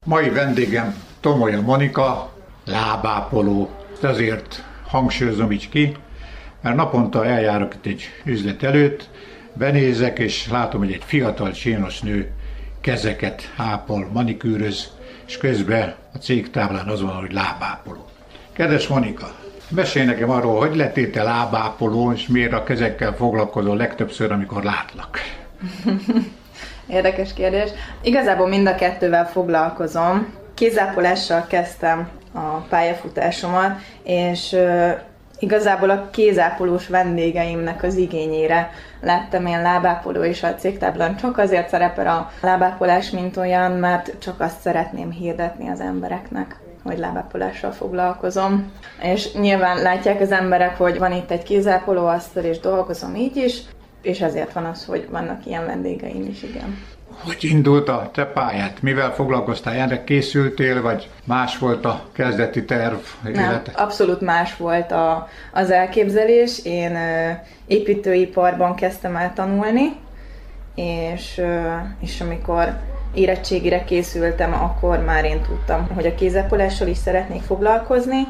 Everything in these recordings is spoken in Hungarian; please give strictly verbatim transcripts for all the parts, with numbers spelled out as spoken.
Mai vendégem Tomolya Monika, lábápoló. Ezért hangsúlyozom így ki, mert naponta eljárok itt egy üzlet előtt, benézek és látom, hogy egy fiatal csinos nő kezeket ápol, manikűröz, és közben a cégtáblán az van, hogy lábápoló. Kedves Monika, mesélj nekem arról, hogy lettél te lábápoló, és miért a kezekkel foglalkozol legtöbbször, amikor látlak? Érdekes kérdés. Igazából mind a kettővel foglalkozom. Kézápolással kezdtem a pályafutásomat, és uh, igazából a kézápolós vendégeimnek az igényére lettem én lábápoló is a cégtáblán. Csak azért szerepel a lábápolás, mint olyan, mert csak azt szeretném hirdetni az embereknek, hogy lábápolással foglalkozom. És nyilván látják az emberek, hogy van itt egy kézápolóasztal, és dolgozom így is, és ezért van az, hogy vannak ilyen vendégeim is, igen. Hogy indult a te pályát? Mivel foglalkoztál? Erre készültél, vagy más volt a kezdeti terv élete? Nem, abszolút más volt a, az elképzelés. Én ö, építőiparban kezdtem el tanulni, és, ö, és amikor érettségire készültem, akkor már én tudtam, hogy a kézápolással is szeretnék foglalkozni,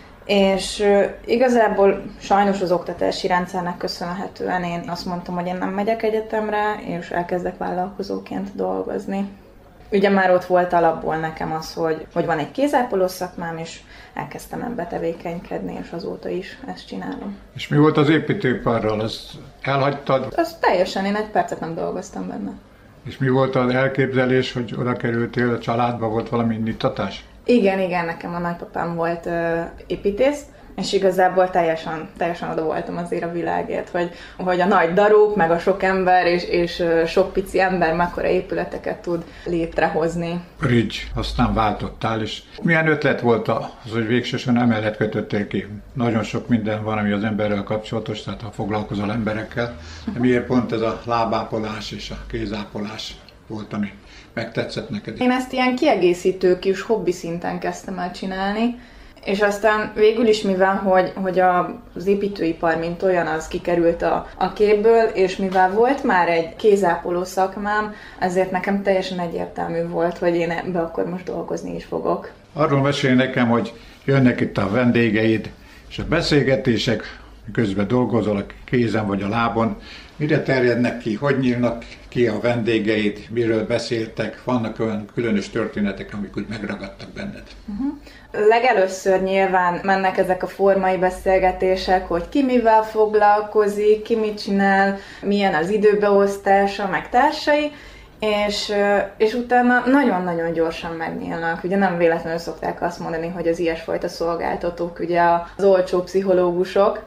és uh, igazából sajnos az oktatási rendszernek köszönhetően én azt mondtam, hogy én nem megyek egyetemre, és elkezdek vállalkozóként dolgozni. Ugye már ott volt alapból nekem az, hogy, hogy van egy kézápoló szakmám, és elkezdtem ebbe tevékenykedni, és azóta is ezt csinálom. És mi volt az építőiparral? Azt elhagytad? Az teljesen, én egy percet nem dolgoztam benne. És mi volt az elképzelés, hogy oda kerültél, a családba volt valami indítatás? Igen, igen, nekem a nagypapám volt ö, építész, és igazából teljesen, teljesen oda voltam azért a világért, hogy, hogy a nagy daruk, meg a sok ember, és, és ö, sok pici ember mekkora épületeket tud létrehozni. Így, aztán váltottál, és milyen ötlet volt az, hogy végsősorban emellett kötöttél ki? Nagyon sok minden van, ami az emberrel kapcsolatos, tehát ha foglalkozol emberekkel, de miért pont ez a lábápolás és a kézápolás volt, ami megtetszett neked? Én ezt ilyen kiegészítő kis hobbi szinten kezdtem el csinálni, és aztán végül is, mivel hogy, hogy az építőipar mint olyan, az kikerült a, a képből, és mivel volt már egy kézápoló szakmám, ezért nekem teljesen egyértelmű volt, hogy én ebbe akkor most dolgozni is fogok. Arról mesélj nekem, hogy jönnek itt a vendégeid, és a beszélgetések, közben dolgozol a kézen vagy a lábon, mire terjednek ki, hogy nyílnak ki a vendégeid, miről beszéltek, vannak olyan különös történetek, amik úgy megragadtak benned? Uh-huh. Legelőször nyilván mennek ezek a formai beszélgetések, hogy ki mivel foglalkozik, ki mit csinál, milyen az időbeosztása, meg társai, és, és utána nagyon-nagyon gyorsan megnyílnak. Ugye nem véletlenül szokták azt mondani, hogy az ilyesfajta szolgáltatók ugye az olcsó pszichológusok,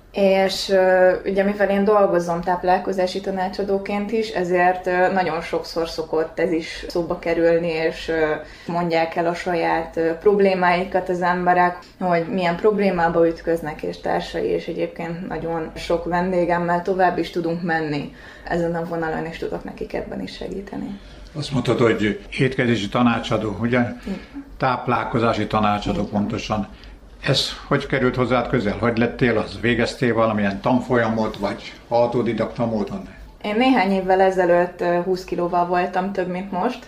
és uh, ugye mivel én dolgozom táplálkozási tanácsadóként is, ezért uh, nagyon sokszor szokott ez is szóba kerülni, és uh, mondják el a saját uh, problémáikat az emberek, hogy milyen problémába ütköznek és társai, és egyébként nagyon sok vendégemmel tovább is tudunk menni ezen a vonalon, és tudok nekik ebben is segíteni. Azt mondtad, hogy étkezési tanácsadó, ugye? Táplálkozási tanácsadó pontosan. Ez hogy került hozzád közel? Hogy lettél az? Végeztél valamilyen tanfolyamot, vagy autodidakta módon? Én néhány évvel ezelőtt húsz kilóval voltam több, mint most,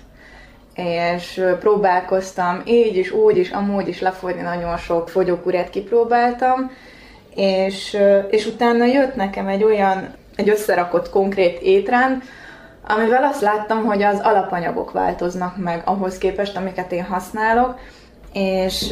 és próbálkoztam így is, úgy is, amúgy is lefogyni, nagyon sok fogyókúrát kipróbáltam, és, és utána jött nekem egy olyan, egy összerakott konkrét étrend, amivel azt láttam, hogy az alapanyagok változnak meg ahhoz képest, amiket én használok, és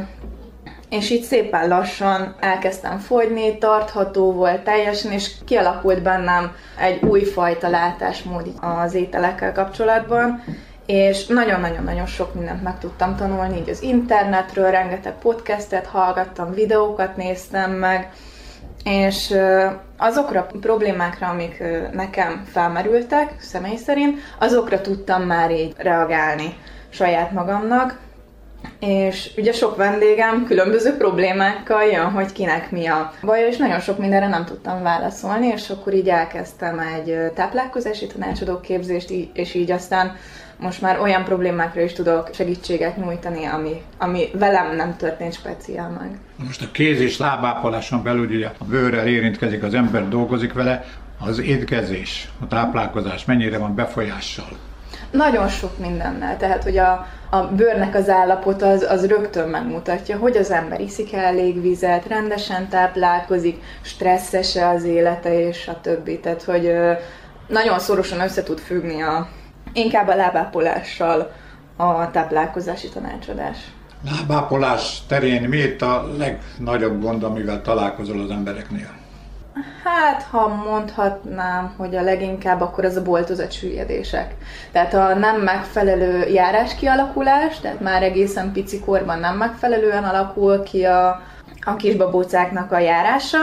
És így szépen lassan elkezdtem fogyni, tartható volt teljesen, és kialakult bennem egy újfajta látásmód az ételekkel kapcsolatban, és nagyon-nagyon-nagyon sok mindent meg tudtam tanulni, így az internetről, rengeteg podcastet hallgattam, videókat néztem meg, és azokra a problémákra, amik nekem felmerültek személy szerint, azokra tudtam már így reagálni saját magamnak. És ugye sok vendégem különböző problémákkal jön, hogy kinek mi a baja, és nagyon sok mindenre nem tudtam válaszolni, és akkor így elkezdtem egy táplálkozási tanácsadóképzést, és így aztán most már olyan problémákra is tudok segítséget nyújtani, ami, ami velem nem történt speciál meg. Most a kéz- és lábápoláson belül ugye a bőrrel érintkezik az ember, dolgozik vele, az étkezés, a táplálkozás mennyire van befolyással? Nagyon sok mindennel, tehát hogy a, a bőrnek az állapota az, az rögtön megmutatja, hogy az ember iszik elég vizet, rendesen táplálkozik, stresszes-e az élete és a többi. Tehát, hogy nagyon szorosan össze tud függni a, inkább a lábápolással a táplálkozási tanácsadás. Lábápolás terén mi itt a legnagyobb gond, amivel találkozol az embereknél? Hát, ha mondhatnám, hogy a leginkább, akkor az a boltozatsüllyedések. Tehát a nem megfelelő járás kialakulás, tehát már egészen pici korban nem megfelelően alakul ki a, a kisbabócáknak a járása,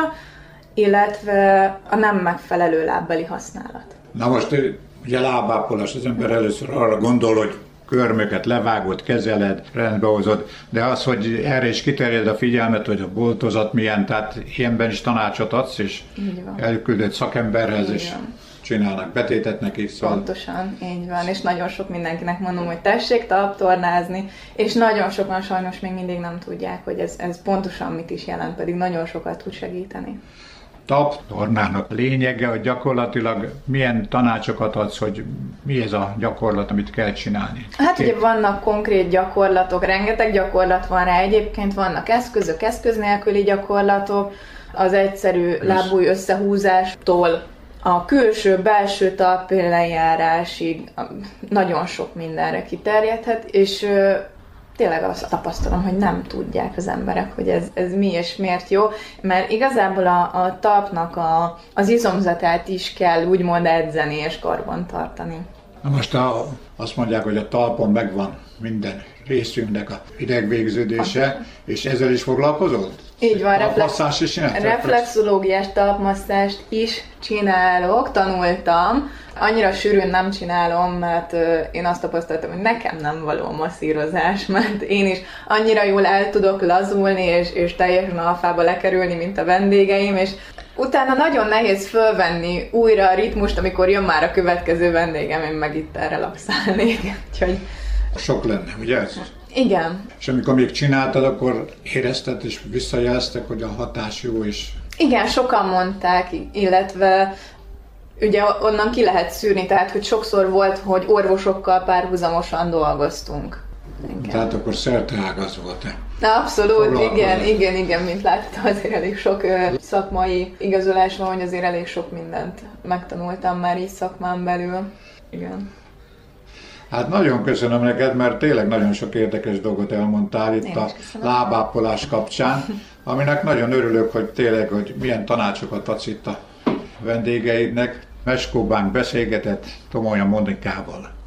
illetve a nem megfelelő lábbeli használat. Na most ugye lábápolás, az ember először arra gondol, hogy körmöket levágod, kezeled, rendbe hozod, de az, hogy erre is kiterjed a figyelmet, hogy a boltozat milyen, tehát ilyenben is tanácsot adsz, és elküldött szakemberhez, így és van. Csinálnak betétet neki. Szóval... Pontosan, így van, és nagyon sok mindenkinek mondom, hogy tessék talptornázni, és nagyon sokan sajnos még mindig nem tudják, hogy ez, ez pontosan mit is jelent, pedig nagyon sokat tud segíteni. Talptornának lényege, hogy gyakorlatilag milyen tanácsokat adsz, hogy mi ez a gyakorlat, amit kell csinálni? Hát Két. ugye vannak konkrét gyakorlatok, rengeteg gyakorlat van rá, egyébként vannak eszközök, eszköz nélküli gyakorlatok, az egyszerű lábúj összehúzástól a külső-belső talpillenjárásig nagyon sok mindenre kiterjedhet, és tényleg azt tapasztalom, hogy nem tudják az emberek, hogy ez, ez mi és miért jó, mert igazából a, a talpnak a, az izomzatát is kell úgymond edzeni és karban tartani. Na most a, azt mondják, hogy a talpon megvan minden részünknek a idegvégződése, okay. És ezzel is foglalkozol? Így van, reflex, is reflexológiás talpmasszást is csinálok, tanultam. Annyira sűrűn nem csinálom, mert én azt tapasztaltam, hogy nekem nem való a masszírozás, mert én is annyira jól el tudok lazulni, és, és teljesen alfába lekerülni, mint a vendégeim, és utána nagyon nehéz fölvenni újra a ritmust, amikor jön már a következő vendégem, én meg itt relaxálnék. Úgyhogy... Sok lenne, ugye ez? Igen. És amikor még csináltad, akkor érezted és visszajelztek, hogy a hatás jó is? Igen, sokan mondták, illetve ugye onnan ki lehet szűrni, tehát hogy sokszor volt, hogy orvosokkal párhuzamosan dolgoztunk. Igen. Tehát akkor szerteágaz volt-e? Abszolút, igen, igen, igen, mint láttam, azért elég sok ö, szakmai igazolás van, hogy azért elég sok mindent megtanultam már így szakmán belül. Igen. Hát nagyon köszönöm neked, mert tényleg nagyon sok érdekes dolgot elmondtál itt a lábápolás kapcsán, aminek nagyon örülök, hogy tényleg, hogy milyen tanácsokat adsz itt a vendégeidnek. Meskó Bánk beszélgetett Tomolya Monikával.